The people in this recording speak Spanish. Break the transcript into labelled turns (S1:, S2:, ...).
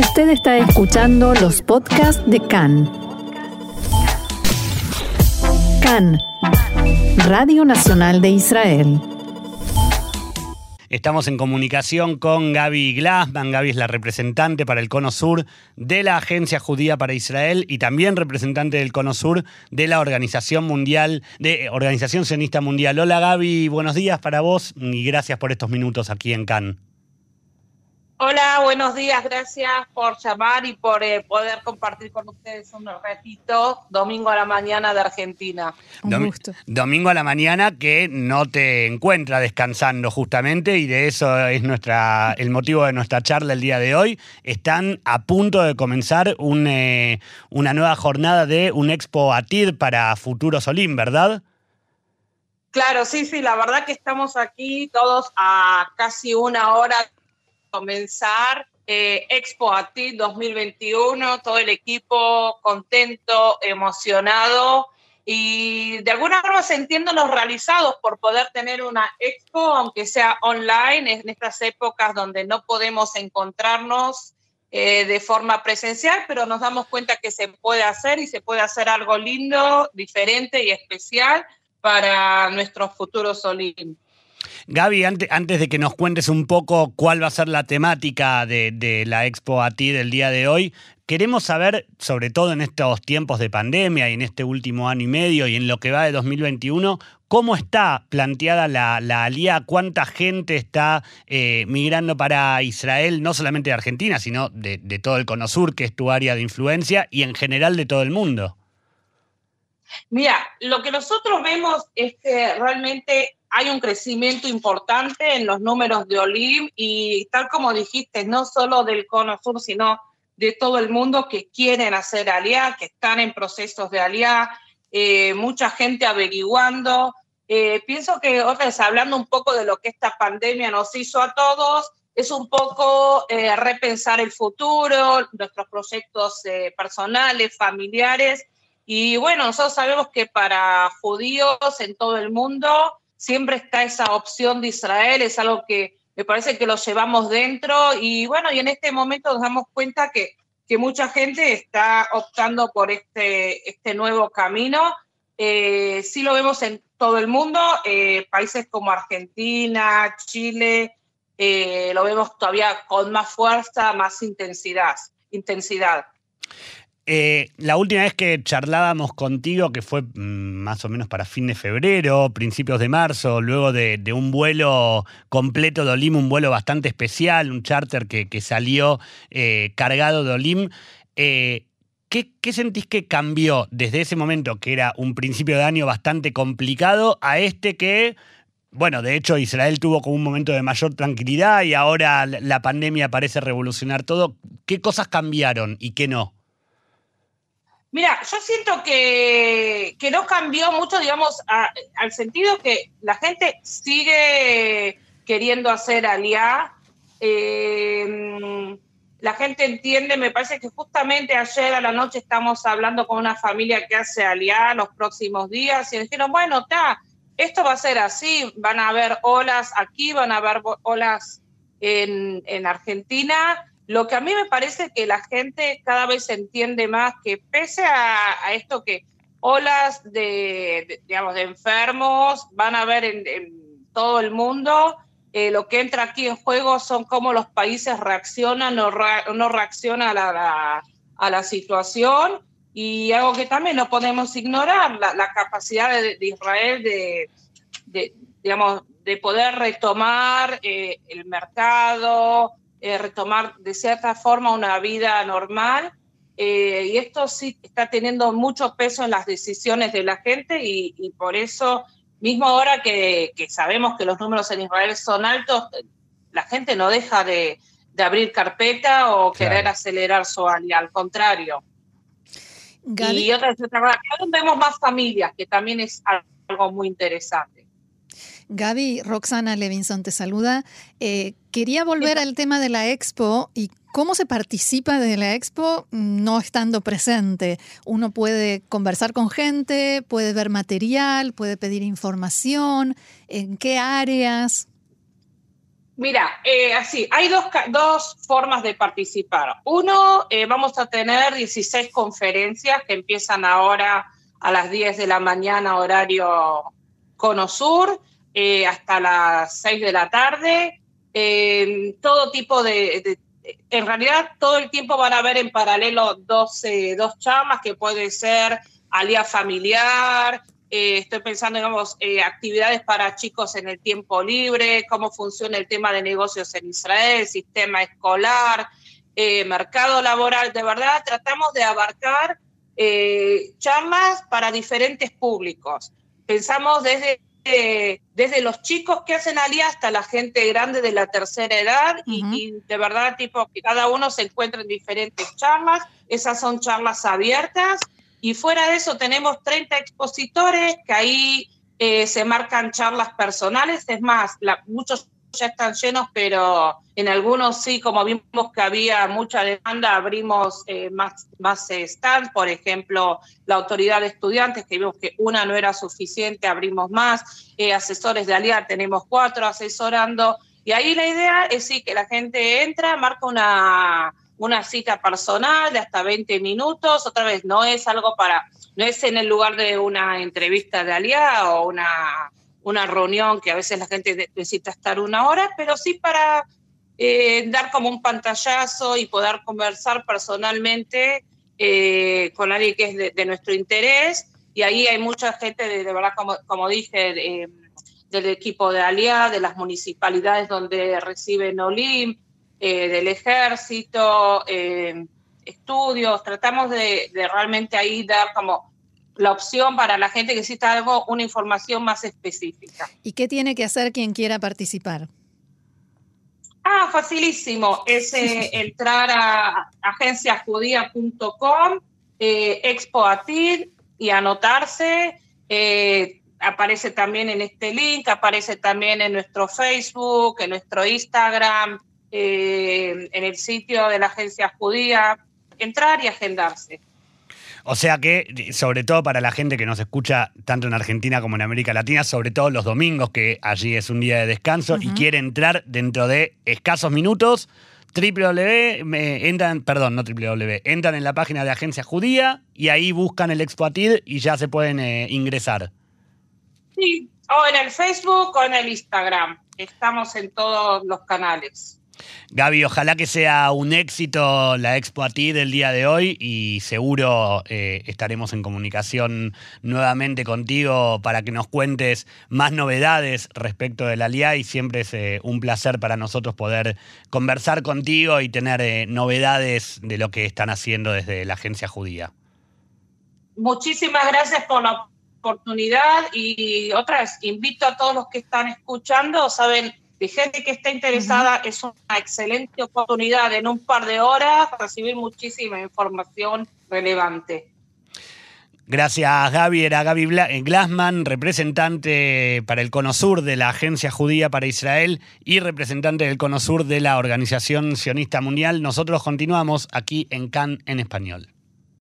S1: Usted está escuchando los podcasts de CAN. CAN, Radio Nacional de Israel.
S2: Estamos en comunicación con Gaby Glassman. Gaby es la representante para el Cono Sur de la Agencia Judía para Israel y también representante del Cono Sur de la Organización Sionista Mundial. Hola Gaby, buenos días para vos y gracias por estos minutos aquí en CAN.
S3: Hola, buenos días, gracias por llamar y por poder compartir con ustedes un ratito, domingo a la mañana de Argentina.
S1: Un gusto.
S2: Domingo a la mañana que no te encuentra descansando justamente y de eso es el motivo de nuestra charla el día de hoy. Están a punto de comenzar una nueva jornada de un Expo Atid para Futuros Olim, ¿verdad?
S3: Claro, sí, la verdad que estamos aquí todos a casi una hora comenzar Expo Atid 2021, todo el equipo contento, emocionado y de alguna forma sintiéndonos realizados por poder tener una expo, aunque sea online, en estas épocas donde no podemos encontrarnos de forma presencial, pero nos damos cuenta que se puede hacer y se puede hacer algo lindo, diferente y especial para nuestros futuros Olim.
S2: Gaby, antes de que nos cuentes un poco cuál va a ser la temática de la Expo Atid del día de hoy, queremos saber, sobre todo en estos tiempos de pandemia y en este último año y medio y en lo que va de 2021, ¿cómo está planteada la Aliyá? ¿Cuánta gente está migrando para Israel, no solamente de Argentina, sino de todo el Cono Sur, que es tu área de influencia, y en general de todo el mundo?
S3: Mira, lo que nosotros vemos es que realmente hay un crecimiento importante en los números de Olim y tal como dijiste, no solo del Cono Sur, sino de todo el mundo que quieren hacer Aliyá, que están en procesos de Aliyá, mucha gente averiguando. Pienso que, otra vez, hablando un poco de lo que esta pandemia nos hizo a todos, es un poco repensar el futuro, nuestros proyectos personales, familiares. Y bueno, nosotros sabemos que para judíos en todo el mundo siempre está esa opción de Israel, es algo que me parece que lo llevamos dentro y bueno, y en este momento nos damos cuenta que mucha gente está optando por este nuevo camino. Sí lo vemos en todo el mundo, países como Argentina, Chile, lo vemos todavía con más fuerza, más intensidad.
S2: La última vez que charlábamos contigo, que fue más o menos para fin de febrero, principios de marzo, luego de un vuelo completo de Olim, un vuelo bastante especial, un charter que salió cargado de Olim, ¿qué sentís que cambió desde ese momento, que era un principio de año bastante complicado, a este que... Bueno, de hecho Israel tuvo como un momento de mayor tranquilidad y ahora la pandemia parece revolucionar todo? ¿Qué cosas cambiaron y qué no?
S3: Mira, yo siento que no cambió mucho, digamos, al sentido que la gente sigue queriendo hacer Aliyá. La gente entiende, me parece que justamente ayer a la noche estamos hablando con una familia que hace Aliyá los próximos días y dijeron, bueno, esto va a ser así, van a haber olas aquí, van a haber olas en Argentina. Lo que a mí me parece que la gente cada vez entiende más que pese a esto que olas de enfermos van a haber en todo el mundo, lo que entra aquí en juego son cómo los países reaccionan o no reaccionan a la situación y algo que también no podemos ignorar, la capacidad de Israel de poder retomar el mercado, retomar de cierta forma una vida normal y esto sí está teniendo mucho peso en las decisiones de la gente y por eso mismo ahora que sabemos que los números en Israel son altos, la gente no deja de abrir carpeta o querer acelerar su Aliyá, al contrario.
S1: Gaby.
S3: Y otra cosa, vemos más familias, que también es algo muy interesante.
S1: Gaby, Roxana Levinson te saluda. Quería volver al tema de la Expo y cómo se participa de la Expo no estando presente. Uno puede conversar con gente, puede ver material, puede pedir información. ¿En qué áreas?
S3: Mira, así, hay dos formas de participar. Uno, vamos a tener 16 conferencias que empiezan ahora a las 10 de la mañana, horario Cono Sur, hasta las 6 de la tarde. Todo tipo en realidad, todo el tiempo van a haber en paralelo dos charlas que puede ser alía familiar. Estoy pensando, digamos, actividades para chicos en el tiempo libre, cómo funciona el tema de negocios en Israel, sistema escolar, mercado laboral. De verdad, tratamos de abarcar charlas para diferentes públicos. Pensamos desde los chicos que hacen alía hasta la gente grande de la tercera edad, y de verdad, tipo, que cada uno se encuentra en diferentes charlas. Esas son charlas abiertas. Y fuera de eso tenemos 30 expositores que ahí se marcan charlas personales. Es más, muchos ya están llenos, pero en algunos sí, como vimos que había mucha demanda, abrimos más stands. Por ejemplo, la autoridad de estudiantes, que vimos que una no era suficiente, abrimos más. Asesores de alía, tenemos 4 asesorando. Y ahí la idea es sí, que la gente entra, marca una cita personal de hasta 20 minutos. Otra vez, no es en el lugar de una entrevista de alía o una reunión que a veces la gente necesita estar 1 hora, pero sí para dar como un pantallazo y poder conversar personalmente con alguien que es de nuestro interés. Y ahí hay mucha gente, de verdad, como dije, del equipo de alía, de las municipalidades donde reciben OLIM, del ejército, estudios. Tratamos de realmente ahí dar como la opción para la gente que necesita una información más específica.
S1: ¿Y qué tiene que hacer quien quiera participar?
S3: Facilísimo. Es entrar a agenciajudía.com, Expo Atid, y anotarse. Aparece también en este link, aparece también en nuestro Facebook, en nuestro Instagram, en el sitio de la Agencia Judía. Entrar y agendarse.
S2: O sea que, sobre todo para la gente que nos escucha tanto en Argentina como en América Latina, sobre todo los domingos, que allí es un día de descanso, y quiere entrar dentro de escasos minutos, entran en la página de Agencia Judía y ahí buscan el Expo Atid y ya se pueden ingresar.
S3: Sí, o en el Facebook o en el Instagram. Estamos en todos los canales.
S2: Gaby, ojalá que sea un éxito la Expo Atid del día de hoy, y seguro estaremos en comunicación nuevamente contigo para que nos cuentes más novedades respecto de la alía, y siempre es un placer para nosotros poder conversar contigo y tener novedades de lo que están haciendo desde la Agencia Judía.
S3: Muchísimas gracias por la oportunidad, y otra vez invito a todos los que están escuchando, saben, de gente que está interesada. Es una excelente oportunidad en un par de horas recibir muchísima información relevante.
S2: Gracias, Gaby. Era Gaby Glassman, representante para el Cono Sur de la Agencia Judía para Israel y representante del Cono Sur de la Organización Sionista Mundial. Nosotros continuamos aquí en CAN en español.